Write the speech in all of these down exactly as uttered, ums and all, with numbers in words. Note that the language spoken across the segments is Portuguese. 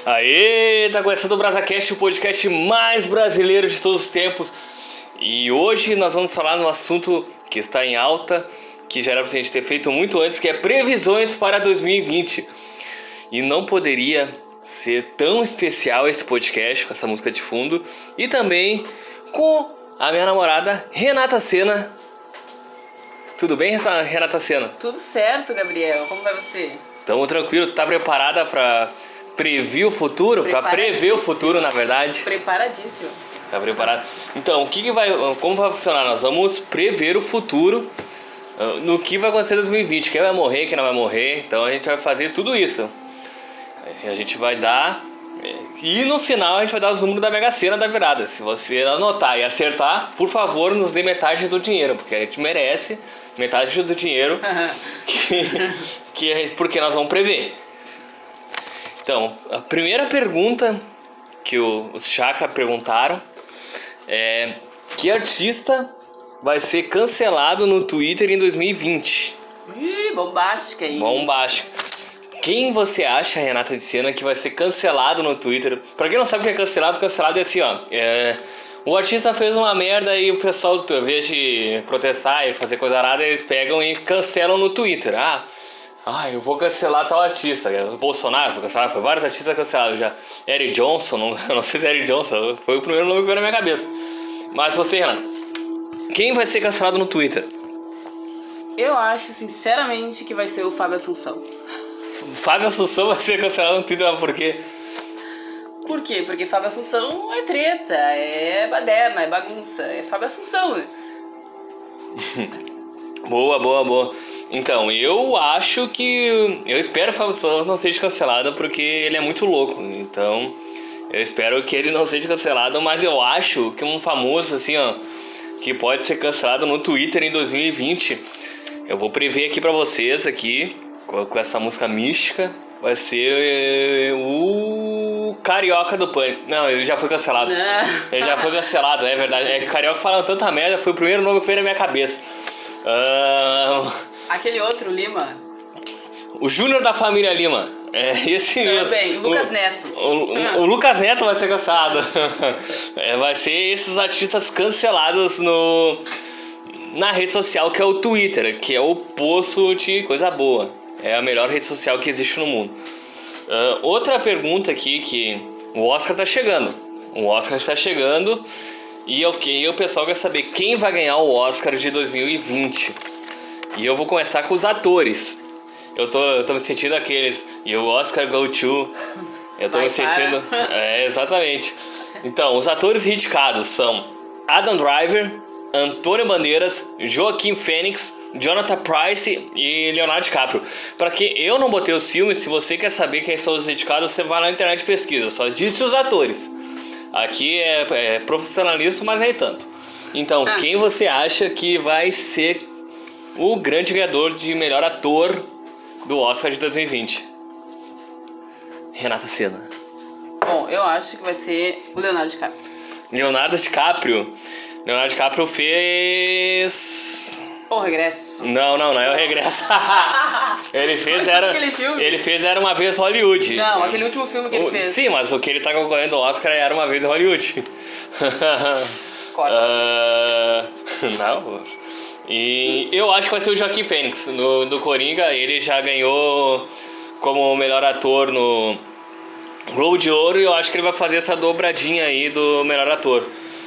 Aê, tá começando o BrasaCast, o podcast mais brasileiro de todos os tempos. E hoje nós vamos falar no assunto que está em alta, que já era pra gente ter feito muito antes, que é previsões para dois mil e vinte. E não poderia ser tão especial esse podcast com essa música de fundo. E também com a minha namorada Renata Sena. Tudo bem, Renata Sena? Tudo certo, Gabriel. Como vai você? Tamo tranquilo. Tu tá preparada pra prever o futuro? Pra prever o futuro, na verdade? Preparadíssimo. Tá preparado? Então, o que, que vai... Como vai funcionar? Nós vamos prever o futuro uh, no que vai acontecer em dois mil e vinte. Quem vai morrer, quem não vai morrer. Então, a gente vai fazer tudo isso. A gente vai dar... E no final, a gente vai dar os números da Mega Sena da virada. Se você anotar e acertar, por favor, nos dê metade do dinheiro. Porque a gente merece metade do dinheiro que, que é porque nós vamos prever. Então, a primeira pergunta que o, os Chakra perguntaram é: que artista vai ser cancelado no Twitter em dois mil e vinte? Ih, bombástica aí. Bombástica. Quem você acha, Renata de Sena, que vai ser cancelado no Twitter? Pra quem não sabe o que é cancelado, cancelado é assim, ó. É, o artista fez uma merda e o pessoal, ao invés de protestar e fazer coisa errada, eles pegam e cancelam no Twitter. Ah, ah eu vou cancelar tal artista. O Bolsonaro foi cancelado, foi vários artistas cancelados já. Eric Johnson, não, eu não sei se é Eric Johnson, foi o primeiro nome que veio na minha cabeça. Mas você, Renata, quem vai ser cancelado no Twitter? Eu acho, sinceramente, que vai ser o Fábio Assunção. Fábio Assunção vai ser cancelado no Twitter, mas por quê? Por quê? Porque Fábio Assunção é treta, é baderna, é bagunça, é Fábio Assunção. Boa, boa, boa. Então, eu acho que... Eu espero que o Fábio Assunção não seja cancelado porque ele é muito louco. Então, eu espero que ele não seja cancelado, mas eu acho que um famoso, assim, ó, que pode ser cancelado no Twitter em dois mil e vinte, eu vou prever aqui pra vocês, aqui... com essa música mística, vai ser o Carioca do Pânico. Não, ele já foi cancelado. Ele já foi cancelado, é verdade. É que Carioca falando tanta merda, foi o primeiro nome que veio na minha cabeça. Uh... Aquele outro, Lima. O Júnior da família Lima. É esse mesmo. Bem, Lucas o, Neto. O, o, o Lucas Neto vai ser cancelado. É, vai ser esses artistas cancelados no... na rede social, que é o Twitter, que é o poço de coisa boa. É a melhor rede social que existe no mundo. Uh, outra pergunta aqui, que o Oscar tá chegando. O Oscar está chegando e okay, o pessoal quer saber quem vai ganhar o Oscar de dois mil e vinte. E eu vou começar com os atores. Eu tô, eu tô me sentindo aqueles... E o Oscar go to... Eu tô vai me sentindo... Para. É, exatamente. Então, os atores indicados são Adam Driver, Antônio Bandeiras, Joaquim Fênix, Jonathan Pryce e Leonardo DiCaprio. Pra que eu não botei os filmes, se você quer saber quem estão os dedicados, você vai na internet e pesquisa. Só disse os atores. Aqui é, é profissionalismo, mas nem tanto. Então, ah. quem você acha que vai ser o grande ganhador de melhor ator do Oscar de dois mil e vinte? Renata Sena. Bom, eu acho que vai ser o Leonardo DiCaprio. Leonardo DiCaprio. Leonardo DiCaprio fez... O Regresso. Não, não, não é o Regresso. ele fez era ele fez era uma vez Hollywood. Não, aquele último filme que ele o, fez. Sim, mas o que ele tá concorrendo ao Oscar era uma vez Hollywood. Corta. uh, não. E eu acho que vai ser o Joaquim Fênix no do Coringa. Ele já ganhou como melhor ator no Globo de Ouro e eu acho que ele vai fazer essa dobradinha aí do melhor ator.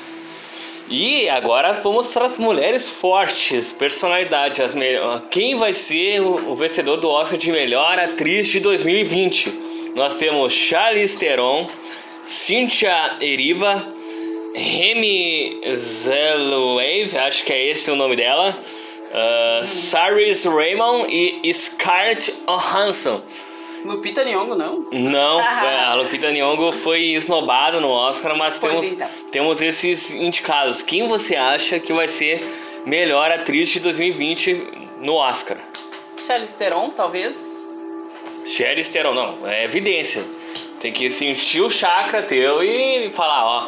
E agora vamos para as mulheres fortes, personalidades. As me... Quem vai ser o vencedor do Oscar de melhor atriz de dois mil e vinte? Nós temos Charlize Theron, Cynthia Erivo, Remy Zellweger, acho que é esse o nome dela, uh, Saoirse Ronan e Scarlett Johansson. Lupita Nyong'o, não? Não, a Lupita Nyong'o foi esnobada no Oscar, mas temos, então. temos esses indicados. Quem você acha que vai ser melhor atriz de dois mil e vinte no Oscar? Charlize Theron, talvez? Charlize Theron, não, é evidência. Tem que sentir o chakra teu e falar, ó,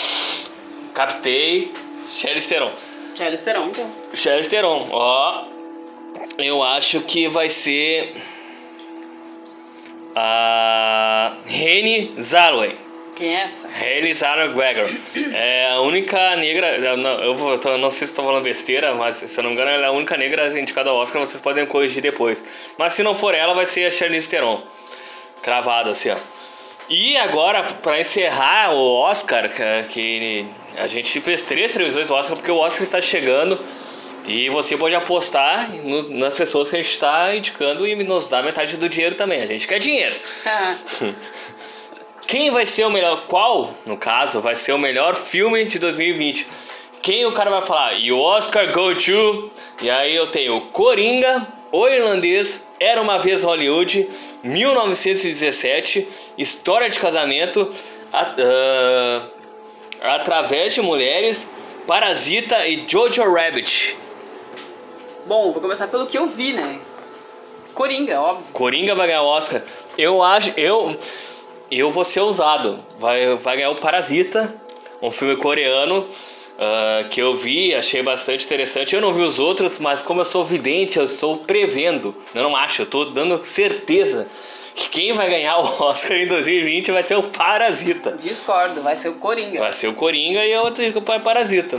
captei Charlize Theron. Charlize Theron, então. Charlize Theron, ó, eu acho que vai ser... a Renée Zellweger. Quem é essa? Renée Zellweger. É a única negra... Eu não, eu vou, eu não sei se estou falando besteira, mas se eu não me engano, ela é a única negra indicada ao Oscar. Vocês podem corrigir depois. Mas se não for ela, vai ser a Charlize Theron. Cravado assim, ó. E agora, pra encerrar o Oscar, que a gente fez três televisões do Oscar, porque o Oscar está chegando e você pode apostar no, nas pessoas que a gente está indicando e nos dar metade do dinheiro também. A gente quer dinheiro. Ah. Quem vai ser o melhor... Qual, no caso, vai ser o melhor filme de dois mil e vinte? Quem o cara vai falar? E o Oscar go to... E aí eu tenho Coringa, O Irlandês, Era Uma Vez Hollywood, mil novecentos e dezessete, História de Casamento, a, uh, Através de Mulheres, Parasita e Jojo Rabbit. Bom, vou começar pelo que eu vi, né? Coringa, óbvio. Coringa vai ganhar o Oscar. Eu acho... Eu, eu vou ser ousado. Vai, vai ganhar o Parasita, um filme coreano... Uh, que eu vi, achei bastante interessante. Eu não vi os outros, mas como eu sou vidente, eu estou prevendo. Eu não acho, eu estou dando certeza que quem vai ganhar o Oscar em dois mil e vinte vai ser o Parasita. Discordo, vai ser o Coringa. Vai ser o Coringa e a outra que é o Parasita.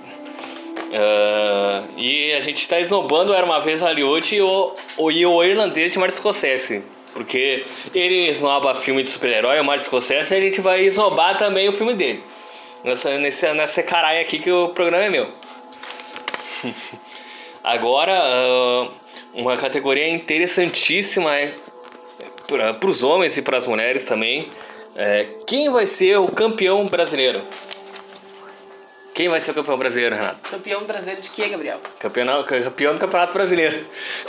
Uh, e a gente está esnobando Era Uma Vez Hollywood e o, o, e o Irlandês de Martin Scorsese. Porque ele esnoba filme de super-herói, o Martin Scorsese, e a gente vai esnobar também o filme dele. Nessa, nessa, nessa caralho aqui que o programa é meu. Agora, uh, uma categoria interessantíssima é, para os homens e para as mulheres também. É, quem vai ser o campeão brasileiro? Quem vai ser o campeão brasileiro, Renato? Campeão brasileiro de quê, Gabriel? Campeão, campeão do Campeonato Brasileiro.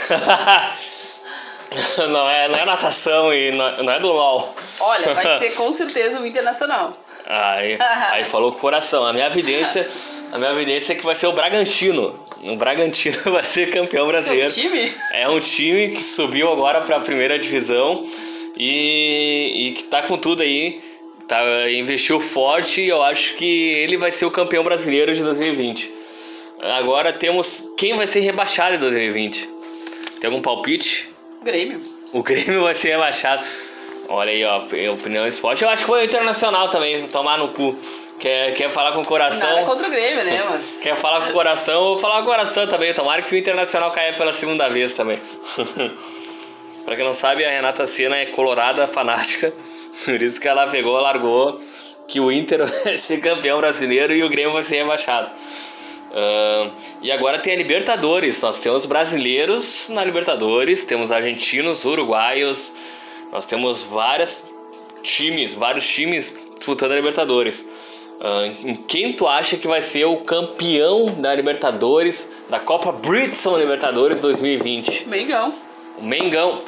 Não é, não é natação e não, não é do LOL. Olha, vai ser com certeza o Internacional. Aí, aí falou com o coração. A minha evidência, a minha evidência é que vai ser o Bragantino. O Bragantino vai ser campeão brasileiro. Seu time? É um time que subiu agora para a primeira divisão e, e que tá com tudo aí. Tá, investiu forte e eu acho que ele vai ser o campeão brasileiro de dois mil e vinte. Agora temos quem vai ser rebaixado em dois mil e vinte. Tem algum palpite? Grêmio. O Grêmio vai ser rebaixado. Olha aí, ó, opinião esporte. Eu acho que foi o Internacional também, tomar no cu. Quer, quer falar com o coração. Nada contra o Grêmio, né? Mas... Quer falar com o coração, ou falar com o coração também. Tomara que o Internacional caia pela segunda vez também. Pra quem não sabe, a Renata Senna é colorada fanática. Por isso que ela pegou, largou que o Inter vai ser campeão brasileiro e o Grêmio vai ser rebaixado. Uh, e agora tem a Libertadores. Nós temos brasileiros na Libertadores, temos argentinos, uruguaios. Nós temos vários times, vários times disputando a Libertadores. Uh, quem tu acha que vai ser o campeão da Libertadores, da Copa Bridgestone Libertadores dois mil e vinte? Mengão. O Mengão.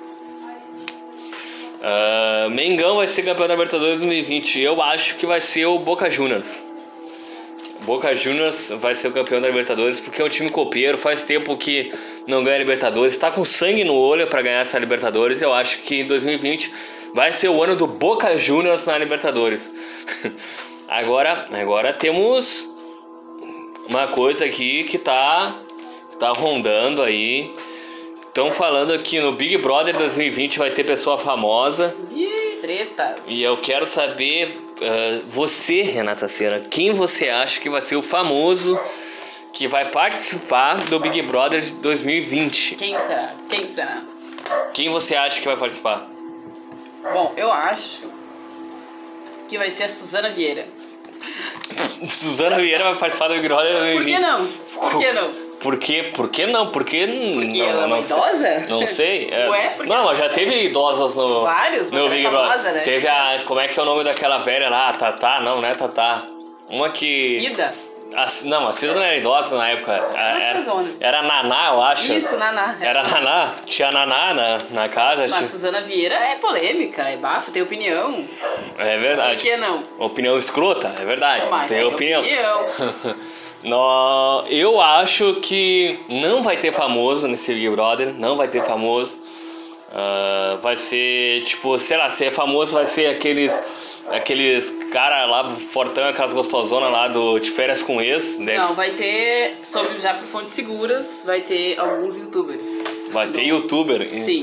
Uh, Mengão vai ser campeão da Libertadores dois mil e vinte. Eu acho que vai ser o Boca Juniors. Boca Juniors vai ser o campeão da Libertadores porque é um time copeiro, faz tempo que não ganha a Libertadores, está com sangue no olho para ganhar essa Libertadores. Eu acho que em dois mil e vinte vai ser o ano do Boca Juniors na Libertadores. agora, agora temos uma coisa aqui que tá, tá rondando aí. Estão falando aqui no Big Brother dois mil e vinte vai ter pessoa famosa. Ih, tretas. E eu quero saber, uh, você, Renata Senna, quem você acha que vai ser o famoso que vai participar do Big Brother de dois mil e vinte? Quem será? Quem será? Quem você acha que vai participar? Bom, eu acho que vai ser a Suzana Vieira. Suzana Vieira vai participar do Big Brother dois mil e vinte. Por que não? Por que não? Por quê? Por que não? Porque, Porque não, ela é não uma sei. idosa? Não sei. É, Ué, porque não, mas já teve idosas no, Vários, mas no ela é Big famosa, Brother. né? Teve a... Como é que é o nome daquela velha lá? Tatá? Não, não é Tatá. Uma que... Cida. A, não, a Cida não era idosa na época. A, era, era Naná, eu acho. Isso, Naná. Era Naná. Tinha Naná na, na casa. Mas tinha... Suzana Vieira é polêmica, é bafo, tem opinião. É verdade. Por que não? Opinião escrota, é verdade. Mas tem tem opinião. opinião. No, eu acho que não vai ter famoso nesse Big Brother. Não vai ter famoso. Uh, vai ser, tipo, sei lá, se é famoso vai ser aqueles aqueles cara lá, fortão, aquelas gostosonas lá do De Férias com Ex. Deve... Não, vai ter, sobre já por fontes seguras, vai ter alguns youtubers. Vai ter youtuber? Sim.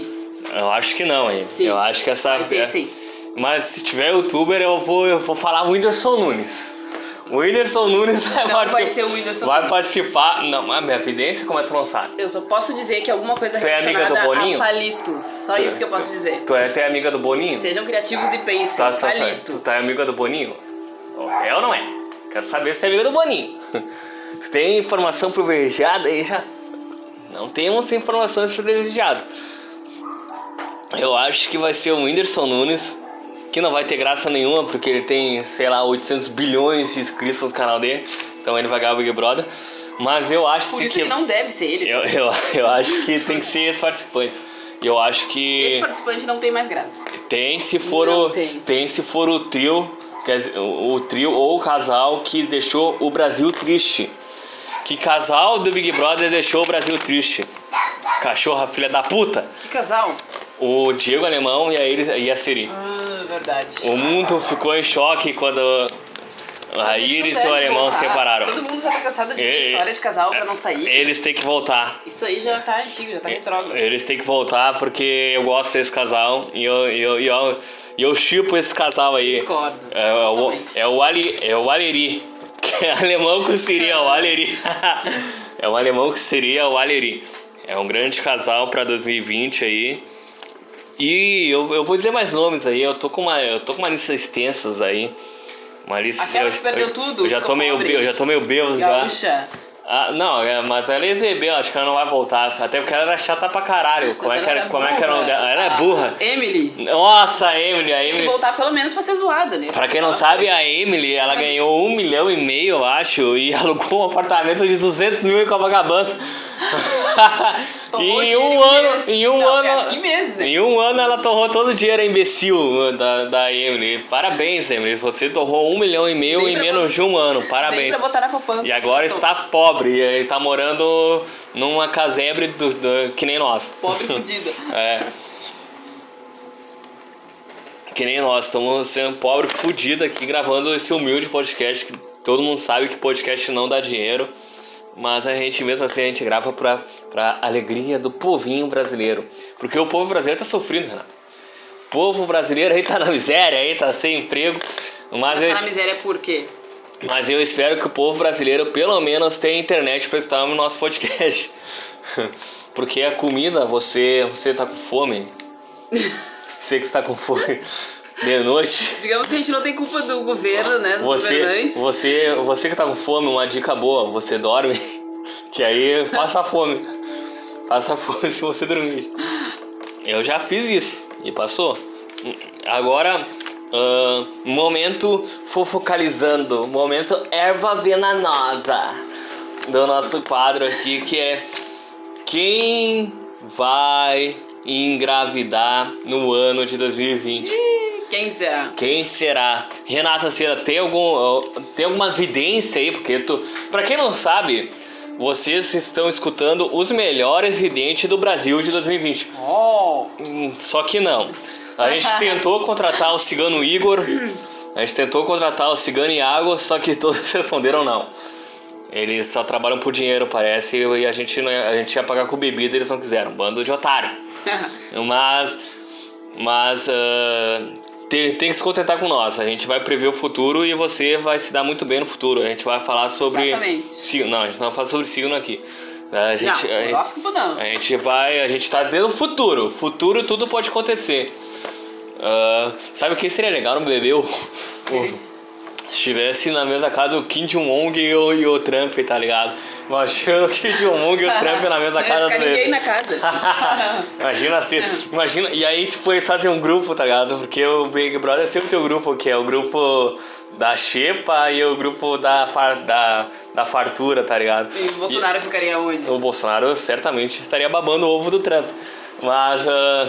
Eu acho que não, hein? Sim. Eu acho que essa... Vai ter, sim. Mas se tiver youtuber, eu vou, eu vou falar o Whindersson Nunes. O Whindersson Nunes vai, Não participar, vai ser o Whindersson vai Nunes. participar. Não, a minha evidência, como é que tu não sabe? Eu só posso dizer que alguma coisa Tu é amiga relacionada do Boninho? a palitos. Só isso que eu posso dizer. Tu é até amiga do Boninho? Sejam criativos e pensem. Tá, tá, tá. Palito. Tu tá amiga do Boninho? É ou não é? Quero saber se tu é amiga do Boninho. Tu tem informação privilegiada aí já? Não temos informações privilegiadas. Eu acho que vai ser o Whindersson Nunes, que não vai ter graça nenhuma, porque ele tem, sei lá, oitocentos bilhões de inscritos no canal dele. Então ele vai ganhar o Big Brother. Mas eu acho Por isso que... que não deve ser ele. Eu, eu, eu acho que tem que ser esse participante. Eu acho que... Esse participante não tem mais graça. Tem se for Não o... tem. Tem se for o trio, quer dizer, o, o trio ou o casal que deixou o Brasil triste. Que casal do Big Brother deixou o Brasil triste? Cachorra filha da puta. Que casal? O Diego Alemão e a, Iris, e a Siri. Ah, verdade. O mundo ficou em choque quando a Iris e o Alemão se separaram. Todo mundo já tá cansado de E- ver história de casal pra não sair. Eles têm que voltar. Isso aí já tá antigo, já tá retrógrado. Eles têm que voltar porque eu gosto desse casal e eu, e eu, e eu, e eu shippo esse casal aí. Discordo, É, é, o, totalmente. é, o Ali, é o Aleri. Que é alemão com Siri, é o Aleri. É um alemão que seria o Aleri. É um grande casal pra dois mil e vinte aí. E eu, eu vou dizer mais nomes aí. Eu tô com uma, eu tô com uma lista extensas aí. Uma lista. Aquela eu, que perdeu eu, tudo, Eu já ficou tô meio, pobre. eu já tô meio bêbado já. Gaúcha. Ah, não, é, mas ela é exibir, acho que ela não vai voltar. Até porque ela era chata pra caralho. Como é que era, como é que era o nome dela? Ela é burra. A Emily. Nossa, a Emily, a Tem que Emily. voltar pelo menos pra ser zoada, né? Pra quem não sabe, a Emily, ela ganhou um milhão e meio, eu acho, e alugou um apartamento de duzentos mil em Copacabana. Torrou em dinheiro um em ano, meses. em um Não, ano, acho que em meses, né? em um ano ela torrou todo o dinheiro imbecil da, da Emily. Parabéns, Emily, você torrou um milhão e meio Nem em pra menos botar- de um ano, Nem parabéns. pra botar na poupança. E agora Gostou. está pobre, e tá morando numa casebre do, do- que nem nós. Pobre fudida. É. Que nem nós, estamos sendo pobre fudido aqui gravando esse humilde podcast, que todo mundo sabe que podcast não dá dinheiro, mas a gente mesmo assim a gente grava pra, pra alegria do povinho brasileiro. Porque o povo brasileiro tá sofrendo, Renato. O povo brasileiro aí tá na miséria, aí tá sem emprego, mas eu, Tá na miséria por quê? mas eu espero que o povo brasileiro pelo menos tenha internet pra estar no nosso podcast. Porque a comida, você, você tá com fome. Você que está com fome de noite. Digamos que a gente não tem culpa do governo, né? Dos Você, governantes. você, você que tá com fome, uma dica boa, você dorme, que aí passa fome. Passa fome se você dormir. Eu já fiz isso e passou. Agora, uh, momento fofocalizando, momento erva venenosa do nosso quadro aqui, que é quem vai engravidar no ano de dois mil e vinte. Quem será? Quem será? Renata Cera, tem, algum, tem alguma evidência aí? Porque tu, pra quem não sabe, vocês estão escutando os melhores videntes do Brasil de dois mil e vinte. Oh! Hum, Só que não. A gente tentou contratar o cigano Igor, a gente tentou contratar o cigano Iago, só que todos responderam não. Eles só trabalham por dinheiro, parece, e a gente, não ia, a gente ia pagar com bebida, eles não quiseram. Bando de otário. Mas, mas uh, tem, tem que se contentar com nós. A gente vai prever o futuro e você vai se dar muito bem no futuro. A gente vai falar sobre... Exatamente. Signo. Não, a gente não vai falar sobre signo aqui. A gente, Não, a, horóscopo não. a gente vai... A gente tá dentro do futuro. Futuro, tudo pode acontecer. Uh, sabe o que seria legal no bebê? O, o, se tivesse na mesma casa o Kim Jong-un e o, e o Trump, tá ligado? Imagina o Kim Jong-un e o Trump na mesma Não ia casa ficar do ninguém bebê. na casa. Imagina assim, imagina, e aí tipo eles fazem um grupo, tá ligado? Porque o Big Brother sempre tem o grupo, que é o grupo da Xepa e o grupo da, far, da, da fartura, tá ligado? E o Bolsonaro ficaria onde? E o Bolsonaro certamente estaria babando o ovo do Trump. Mas, uh,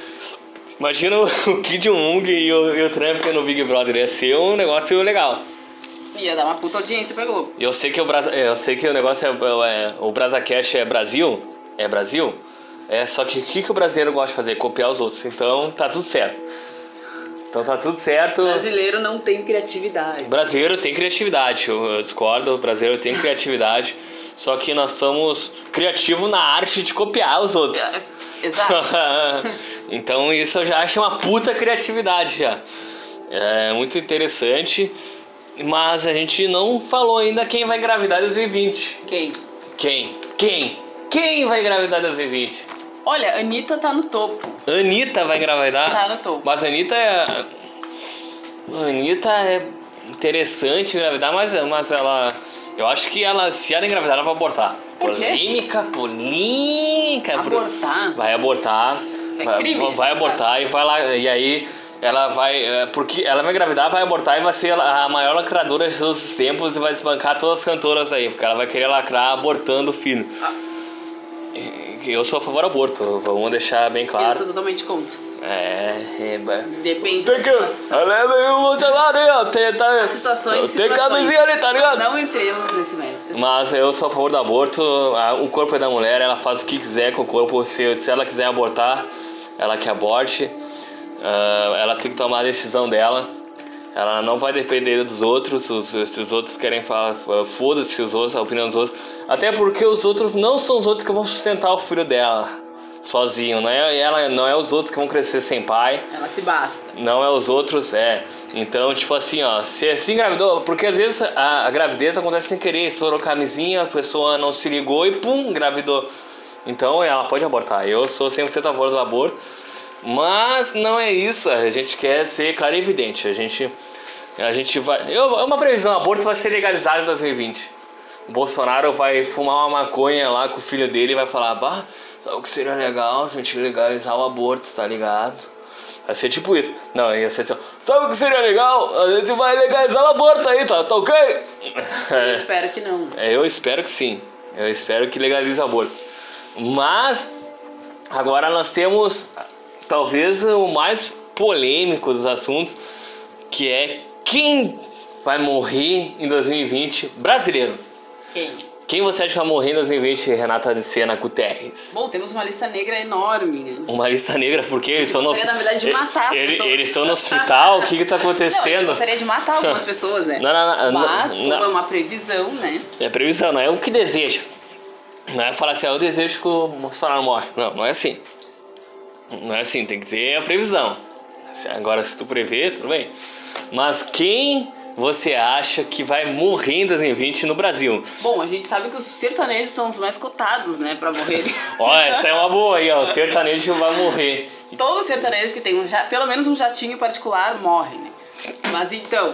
imagina o Kim Jong-un e o, e o Trump no Big Brother, ia ser um negócio legal. Ia dar uma puta audiência pra Globo. Eu sei que o, Brasa, eu sei que o negócio é, é o BrasaCast é Brasil, é Brasil, é, só que o que, que o brasileiro gosta de fazer? Copiar os outros, então tá tudo certo. Então tá tudo certo. O brasileiro não tem criatividade. O brasileiro tem criatividade, eu, eu discordo, o brasileiro tem criatividade, só que nós somos criativos na arte de copiar os outros. Exato. Então isso eu já acho uma puta criatividade já. É muito interessante. Mas a gente não falou ainda quem vai engravidar em dois mil e vinte. Quem? Quem? Quem? Quem vai engravidar em dois mil e vinte? Olha, a Anitta tá no topo. Anitta vai engravidar? Tá no topo. Mas a Anitta é... A Anitta é interessante engravidar, mas, mas ela... Eu acho que ela, se ela engravidar, ela vai abortar. Por quê? Polêmica, polêmica. Abortar? Vai abortar. Isso é vai, crime, vai abortar sabe? e vai lá... E aí... Ela vai, porque ela vai engravidar, vai abortar e vai ser a maior lacradora de todos os tempos e vai desbancar todas as cantoras aí, porque ela vai querer lacrar abortando o filho. Ah. Eu sou a favor do aborto, vamos deixar bem claro. Eu sou totalmente contra. É, é Depende tem da que, situação. Você lá, né? Tem, tá, situações, tem camisinha ali, tá ligado? Não entremos nesse mérito. Mas eu sou a favor do aborto, o corpo é da mulher, ela faz o que quiser com o corpo, se, se ela quiser abortar, ela que aborte. Uh, ela tem que tomar a decisão dela. Ela não vai depender dos outros. os, Se os outros querem falar, foda-se os outros, a opinião dos outros. Até porque os outros não são os outros que vão sustentar o filho dela sozinho, não é ela, não é os outros que vão crescer sem pai. Ela se basta. Não é os outros, é. Então, tipo assim, ó, se, se engravidou, porque às vezes a, a gravidez acontece sem querer, estourou camisinha, a pessoa não se ligou e pum, engravidou. Então ela pode abortar. Eu sou cem por cento a favor do aborto. Mas não é isso, a gente quer ser claro e evidente. A gente, a gente vai. Eu, é uma previsão: o aborto vai ser legalizado em dois mil e vinte. O Bolsonaro vai fumar uma maconha lá com o filho dele e vai falar: bah, sabe o que seria legal? A gente legalizar o aborto, tá ligado? Vai ser tipo isso. Não, ia ser assim: sabe o que seria legal? A gente vai legalizar o aborto aí, tá, tá ok? Eu espero que não. É, eu espero que sim. Eu espero que legalize o aborto. Mas agora nós temos. Talvez o mais polêmico dos assuntos, que é quem vai morrer em dois mil e vinte brasileiro. Quem? Quem você acha que vai morrer em dois mil e vinte, Renata de Sena Guterres? Bom, temos uma lista negra enorme, né? Uma lista negra porque eles estão no... na verdade, de matar as Ele, pessoas. Eles estão no hospital, o que que tá acontecendo? Não, eu gostaria de matar algumas pessoas, né? Não, não, não. Mas, não, como não. é uma previsão, né? É previsão, não é o que deseja. Não é falar assim, ah, eu desejo que o Bolsonaro morre. Não, não é assim. Não é assim, tem que ter a previsão. Agora, se tu prevê, tudo bem. Mas quem você acha que vai morrer em dois mil e vinte no Brasil? Bom, a gente sabe que os sertanejos são os mais cotados, né, pra morrerem. Ó, essa é uma boa aí, ó. O sertanejo vai morrer. Todo sertanejo que tem um ja... pelo menos um jatinho particular morre, né? Mas então,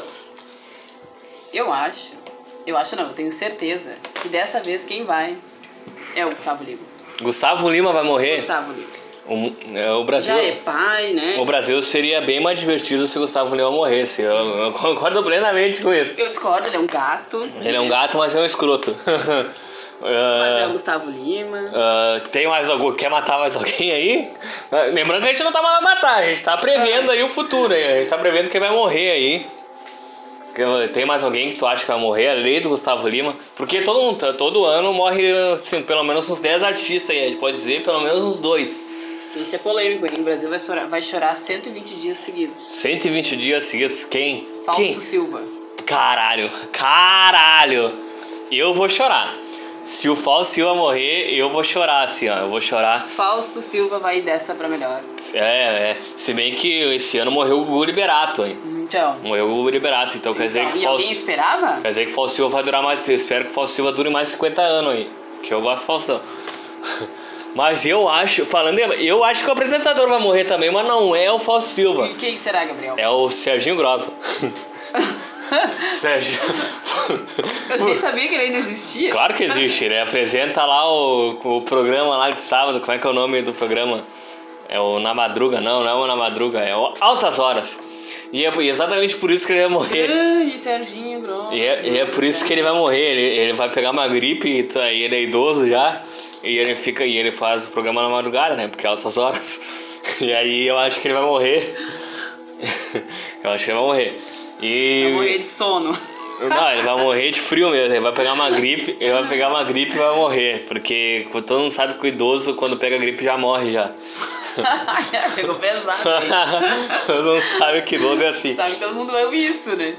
eu acho, eu acho não, eu tenho certeza que dessa vez quem vai é o Gustavo Lima. Gustavo Lima vai morrer? Gustavo Lima. O, é, o Brasil, Já é pai, né? O Brasil seria bem mais divertido se o Gustavo Lima morresse. Eu, eu concordo plenamente com isso. Eu discordo, ele é um gato. Ele é um gato, mas é um escroto. uh, Mas é o Gustavo Lima. Uh, tem mais algum? Quer matar mais alguém aí? Uh, lembrando que a gente não tá mandando matar, a gente tá prevendo aí o futuro. Aí. A gente tá prevendo quem vai morrer aí. Tem mais alguém que tu acha que vai morrer, além do Gustavo Lima? Porque todo, mundo, todo ano morre assim, pelo menos uns dez artistas aí. A gente pode dizer pelo menos uns dois. Isso é polêmico, hein? O Brasil vai chorar, vai chorar cento e vinte dias seguidos. cento e vinte dias seguidos? Quem? Fausto Quem? Silva. Caralho, caralho. Eu vou chorar. Se o Fausto Silva morrer, eu vou chorar, assim, ó. Eu vou chorar. Fausto Silva vai dessa pra melhor. É, é. Se bem que esse ano morreu o Gugu Liberato, hein? Então. Morreu o Gugu Liberato, então quer dizer Então, que o e Fausto... alguém esperava? Quer dizer que o Fausto Silva vai durar mais... Eu espero que o Fausto Silva dure mais cinquenta anos aí. Que eu gosto do Faustão. Mas eu acho, falando, eu acho que o apresentador vai morrer também, mas não é o Fausto Silva. E quem será, Gabriel? É o Serginho Grosso. Sérgio. Eu nem sabia que ele ainda existia. Claro que existe, ele apresenta lá o, o programa lá de sábado, como é que é o nome do programa? É o Na Madruga, não, não é o Na Madruga, é o Altas Horas. E é exatamente por isso que ele vai morrer. Grande Serginho Grosso. E é, e é por isso que ele vai morrer, ele, ele vai pegar uma gripe, e tá, e ele é idoso já, e ele fica e ele faz o programa na madrugada, né? Porque é altas horas. E aí eu acho que ele vai morrer. Eu acho que ele vai morrer. E... Vai morrer de sono. Não, ele vai morrer de frio mesmo, ele vai pegar uma gripe, ele vai pegar uma gripe e vai morrer. Porque todo mundo sabe que o idoso quando pega gripe já morre já. Pegou pesado, hein? Todo mundo sabe que idoso é assim. Sabe que todo mundo é isso, né?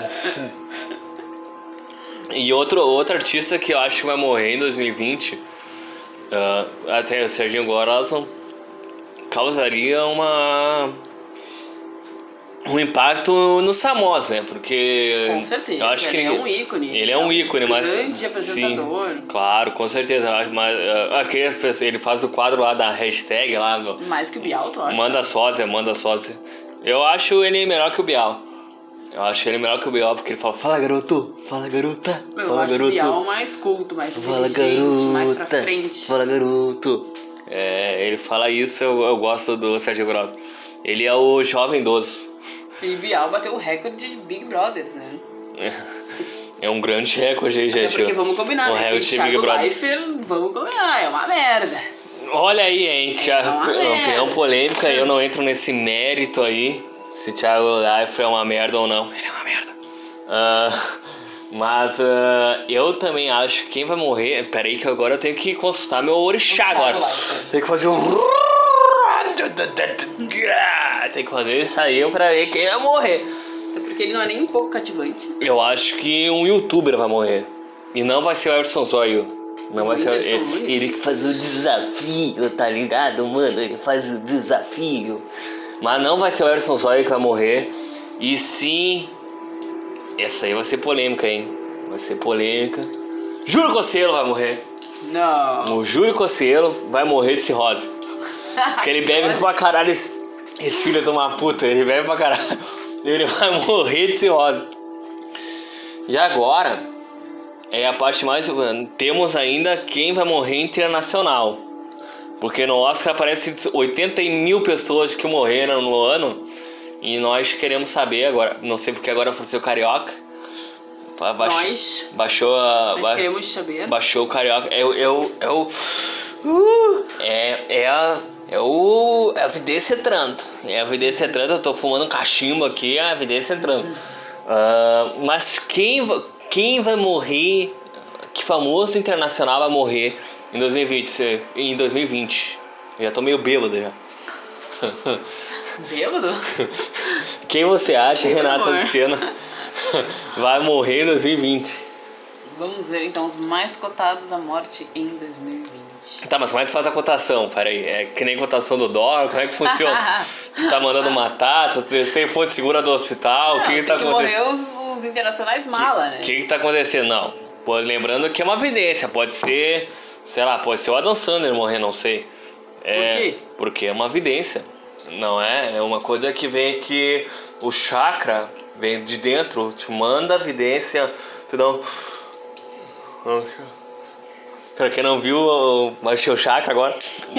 E outro, outro artista que eu acho que vai morrer em dois mil e vinte, uh, até o Serginho Grosso, causaria uma... um impacto nos famosos, né? Porque... Com certeza, eu acho que ele é um ícone. Ele é um ícone, mas... grande apresentador. Sim, claro, com certeza. Mas uh, aqueles pessoas, ele faz o quadro lá da hashtag lá... No, mais que o Bial, tu acha? Manda sósia, manda sósia. Eu acho ele melhor que o Bial. Eu acho ele melhor que o Bial, porque ele fala, fala garoto, fala garota, Eu fala acho garoto. o Bial mais culto, mais Fala inteligente, garota, mais pra frente. fala garoto. É, ele fala isso, eu, eu gosto do Sérgio Grosso. Ele é o jovem idoso. E Bial bateu o recorde de Big Brothers, né? É um grande recorde aí, gente. É porque vamos combinar, um né? recorde de Big Thiago Brother. Leifert, vamos combinar, é uma merda. Olha aí, hein, Thiago, uma merda. opinião polêmica, eu não entro nesse mérito aí, se Thiago Leifert é uma merda ou não. Ele é uma merda. Uh, mas uh, eu também acho que quem vai morrer... Peraí que agora eu tenho que consultar meu orixá agora. Tem que fazer um... Tem que fazer isso aí pra ver quem vai morrer. É porque ele não é nem um pouco cativante. Eu acho que um youtuber vai morrer. E não vai ser o Everson Zóio. Não vai ser ele, ele que faz o desafio, tá ligado, mano? Ele faz o desafio. Mas não vai ser o Everson Zóio que vai morrer. E sim... Essa aí vai ser polêmica, hein? Vai ser polêmica. Júlio Cocielo vai morrer. Não. O Júlio Cocielo vai morrer de cirrose. Porque ele bebe pra caralho. Esse, esse filho de uma puta, ele bebe pra caralho. Ele vai morrer de cirrose. E agora, é a parte mais... Temos ainda quem vai morrer internacional. Porque no Oscar aparece oitenta mil pessoas que morreram no ano. E nós queremos saber agora. Não sei porque agora foi ser o Carioca. Baixou, nós. Baixou a... Nós ba, queremos saber. Baixou o Carioca. É o... É o... É, o, uh, é, é a... É o... É a evidência entrando. É a evidência entrando. Eu tô fumando um cachimbo aqui. É a evidência entrando. Uh, mas quem, quem vai morrer... Que famoso internacional vai morrer em dois mil e vinte? Em dois mil e vinte. Eu já tô meio bêbado já. Bêbado? Quem você acha, Meu Renata amor. de Sena, vai morrer em dois mil e vinte? Vamos ver então os mais cotados à morte em dois mil e vinte. Tá, mas como é que tu faz a cotação? Peraí, é que nem cotação do dólar? Como é que funciona? Tu tá mandando matar? Tu tem fonte segura do hospital? O que que tá Tem que acontecendo? morrer os, os internacionais mala, né? O que que tá acontecendo? Não, pô, lembrando que é uma evidência, pode ser, sei lá, pode ser o Adam Sandler morrer, não sei. É, Por quê? Porque é uma evidência, não é? É uma coisa que vem que o chakra vem de dentro, te manda a evidência, tu dá um... Pra quem não viu, eu baixei o chakra agora.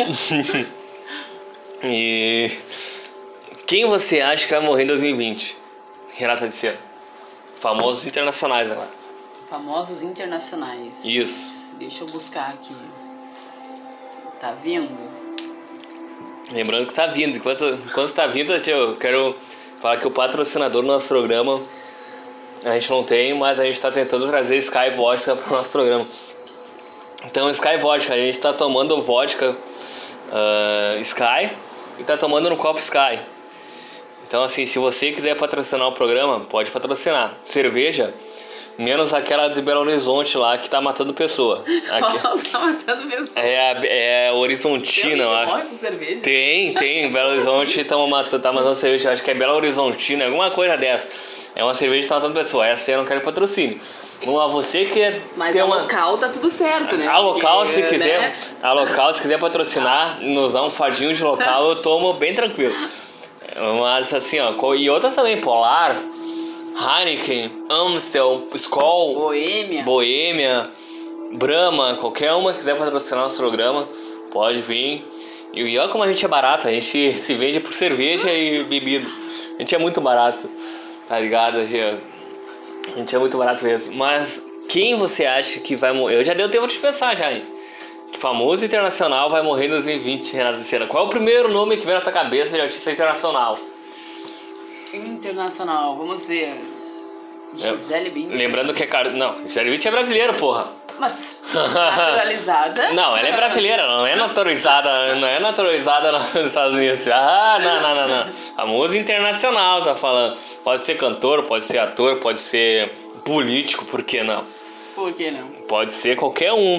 E... Quem você acha que vai morrer em dois mil e vinte? Renata de Sena. Famosos internacionais agora. Famosos internacionais. Isso. Deixa eu buscar aqui. Tá vindo? Lembrando que tá vindo. Enquanto, enquanto tá vindo, eu quero falar que o patrocinador do nosso programa a gente não tem, mas a gente tá tentando trazer Sky Vodka pro nosso programa. Então, Sky Vodka, a gente tá tomando vodka uh, Sky e tá tomando no copo Sky. Então, assim, se você quiser patrocinar o programa, pode patrocinar. Cerveja, menos aquela de Belo Horizonte lá que tá matando pessoa. Aqui, Qual tá matando pessoa? é a é a Horizontina, eu acho. Morre com cerveja? Tem, tem. Belo Horizonte tá matando, tá matando cerveja. Acho que é Belo Horizontina, alguma coisa dessa. É uma cerveja que tá matando pessoa. Essa eu não quero patrocínio. Vamos lá, você que é. Mas tem a uma... local tá tudo certo, né? A local, Porque, se quiser, né? a local, se quiser patrocinar, nos dar um fardinho de local, eu tomo bem tranquilo. Mas assim, ó, e outras também, Polar, Heineken, Amstel, Skol, Boêmia. Boêmia, Brahma, qualquer uma que quiser patrocinar nosso programa, pode vir. E olha como a gente é barato, a gente se vende por cerveja e bebida. A gente é muito barato, tá ligado? A gente, a gente é muito barato mesmo. Mas quem você acha que vai morrer? Eu já dei tempo de pensar já, hein? Que famoso internacional vai morrer em dois mil e vinte, Renata Cera? Qual é o primeiro nome que vem na tua cabeça de artista internacional? Internacional, vamos ver. Gisele Bündchen. Lembrando que é... Car... Não, Gisele Bündchen é brasileira, porra. Mas naturalizada. Não, ela é brasileira, ela não é naturalizada, não é naturalizada nos Estados Unidos. Ah, não, não, não, não. Famoso internacional, tá falando. Pode ser cantor, pode ser ator, pode ser político, por que não? Por que não? Pode ser qualquer um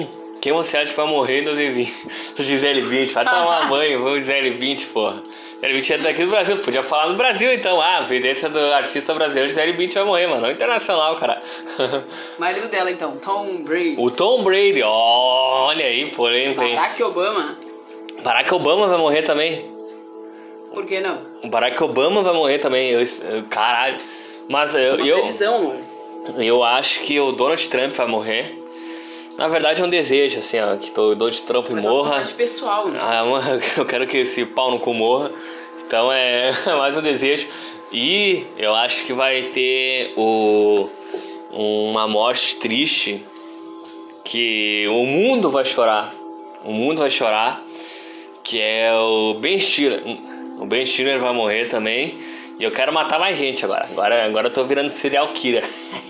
Quem você acha que vai morrer em dois mil e vinte? Gisele Bündchen, vai tomar banho, vamos Gisele Bündchen, porra. Gisele Bündchen é daqui do Brasil, podia falar no Brasil então. Ah, a evidência do artista brasileiro, Gisele Bündchen vai morrer, mano. Não internacional, cara. Marido dela então, Tom Brady. O Tom Brady, ó, olha aí, polêmico, hein? Barack Obama. Barack Obama vai morrer também. Por que não? O Barack Obama vai morrer também, eu, eu, caralho. Mas eu, Uma eu, previsão, amor. eu acho que o Donald Trump vai morrer. Na verdade é um desejo, assim, ó, que o Donald Trump Mas é uma morra. vontade pessoal, né? Ah, eu quero que esse pau no cu morra. Então é mais um desejo. E eu acho que vai ter o, uma morte triste que o mundo vai chorar. O mundo vai chorar. Que é o Ben Stiller. O Ben Stiller vai morrer também. E eu quero matar mais gente agora. Agora, agora eu tô virando serial killer.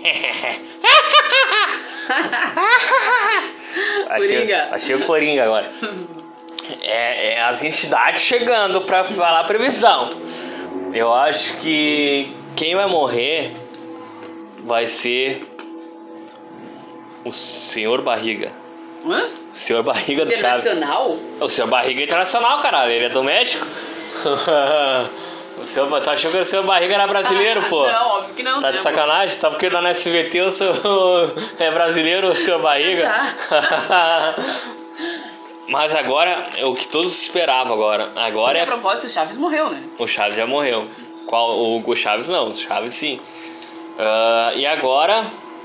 achei, Coringa. achei o Coringa agora. É, é as entidades chegando pra falar a previsão. Eu acho que quem vai morrer vai ser o senhor Barriga. Hã? O senhor Barriga do Chaves. Internacional? O senhor Barriga é internacional, caralho. Ele é do México. O senhor, tu achou que o senhor Barriga era brasileiro, Ah, pô? Não, óbvio que não. Tá de né, sacanagem? Só porque tá no S B T o senhor é brasileiro, o senhor Barriga? Mas agora, é o que todos esperavam agora. Agora E a é... propósito, o Chaves morreu, né? O Chaves já morreu. Qual, o, o Chaves não, o Chaves sim. Uh, e agora,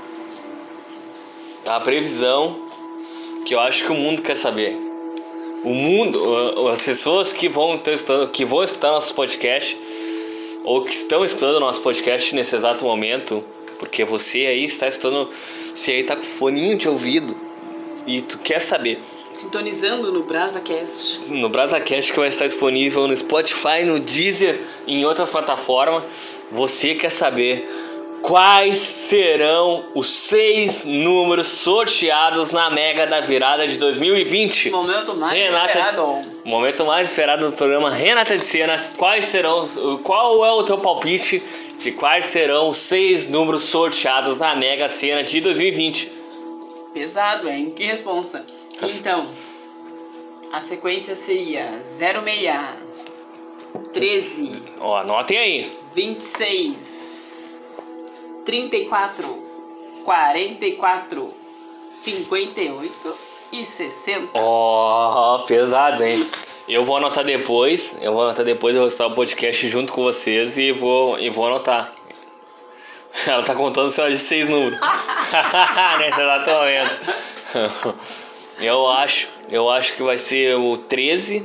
a previsão que eu acho que o mundo quer saber. O mundo, uh, as pessoas que vão, que vão escutar nosso podcast, ou que estão escutando nosso podcast nesse exato momento, porque você aí está escutando, você aí tá com foninho de ouvido e tu quer saber. Sintonizando no BrasaCast. No BrasaCast, que vai estar disponível no Spotify, no Deezer e em outras plataformas. Você quer saber quais serão os seis números sorteados na Mega da Virada de dois mil e vinte? Momento mais Renata, esperado. Momento mais esperado do programa Renata de Sena. Quais serão, qual é o teu palpite de quais serão os seis números sorteados na Mega Sena de dois mil e vinte? Pesado, hein? Que responsa. Então, a sequência seria zero seis, treze, Ó, anotem aí. vinte e seis, trinta e quatro, quarenta e quatro, cinquenta e oito e sessenta. Ó, pesado, hein? Eu vou anotar depois, eu vou anotar depois, eu vou estar o podcast junto com vocês e vou, e vou anotar. Ela tá contando só de seis números. Nesse exato momento. Eu acho, eu acho que vai ser o treze,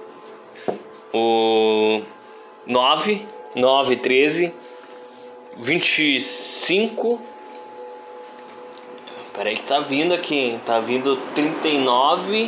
o nove, nove, treze, vinte e cinco. Peraí que tá vindo aqui, tá vindo trinta e nove,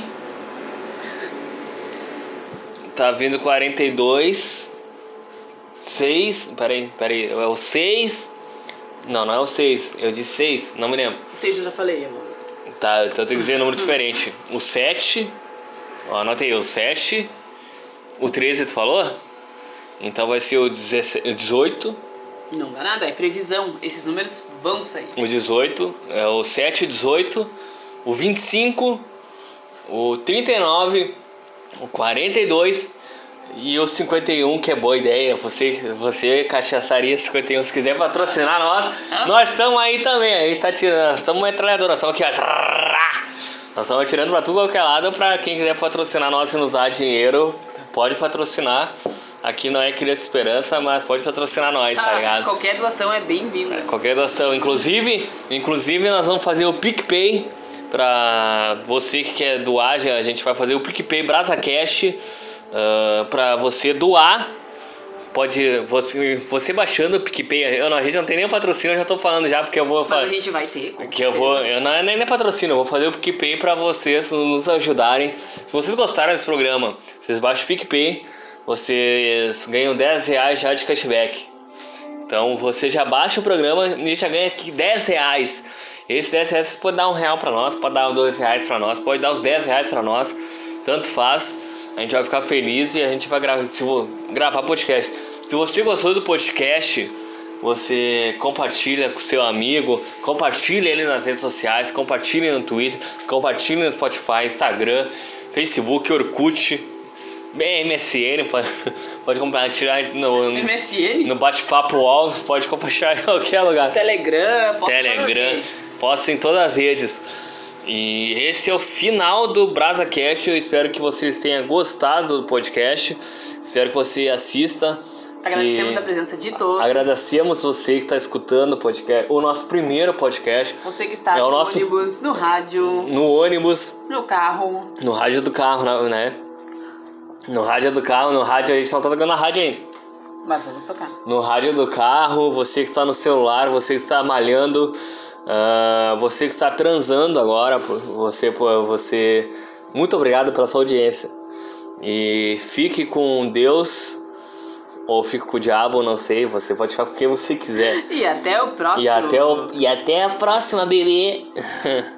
tá vindo quarenta e dois, seis, peraí, peraí, é o seis, não, não é o seis, eu disse seis, não me lembro. seis eu já falei, amor. Tá, então eu tenho que dizer um número diferente. O sete, ó, anota aí, o sete, o treze tu falou? Então vai ser o dezoito. Não dá nada, é previsão. Esses números vão sair. O dezoito, é o sete, dezoito, o vinte e cinco, o trinta e nove, o quarenta e dois e o cinquenta e um, que é boa ideia. Você, você Cachaçaria cinquenta e um, se quiser patrocinar nós, nós estamos aí também. A gente tá tirando, nós estamos metralhadora, nós estamos aqui, ó. Nós estamos tirando pra tudo qualquer lado. Pra quem quiser patrocinar nós e nos dar dinheiro, pode patrocinar. Aqui não é Criança Esperança, mas pode patrocinar nós, tá ligado? Qualquer doação é bem-vinda. Qualquer doação. Inclusive, inclusive, nós vamos fazer o PicPay. Pra você que quer doar, a gente vai fazer o PicPay BrasaCast. Uh, pra você doar. Pode, você, você baixando o PicPay. Eu não, a gente não tem nem patrocínio, eu já tô falando já, porque eu vou fazer. Mas a gente vai ter. Que eu vou. Eu não é nem, nem patrocínio, eu vou fazer o PicPay pra vocês nos ajudarem. Se vocês gostaram desse programa, vocês baixam o PicPay, vocês ganham dez reais já de cashback. Então você já baixa o programa e já ganha aqui dez reais. Esses dez reais você pode dar um real pra nós, pode dar dois reais pra nós, pode dar os dez reais pra nós. Tanto faz. A gente vai ficar feliz e a gente vai gravar, se vou, gravar podcast. Se você gostou do podcast, você compartilha com seu amigo, compartilha ele nas redes sociais, compartilha no Twitter, compartilha no Spotify, Instagram, Facebook, Orkut, M S N, pode, pode compartilhar no, no, M S N? no bate-papo U O L, pode compartilhar em qualquer lugar. Telegram, posta Telegram, posta em todas as redes. E esse é o final do BrasaCast. Eu espero que vocês tenham gostado do podcast. Espero que você assista. Agradecemos que... a presença de todos. Agradecemos você que está escutando o podcast, o nosso primeiro podcast. Você que está é no o nosso... ônibus, no rádio, no ônibus, no carro. No rádio do carro, né? No rádio do carro, no rádio a gente não tá tocando na rádio ainda. Mas vamos tocar. No rádio do carro, você que está no celular, você que está malhando, uh, você que está transando agora, você, você, muito obrigado pela sua audiência. E fique com Deus, ou fique com o diabo, não sei, você pode ficar com quem você quiser. E até o próximo. E até, o, e até a próxima, bebê.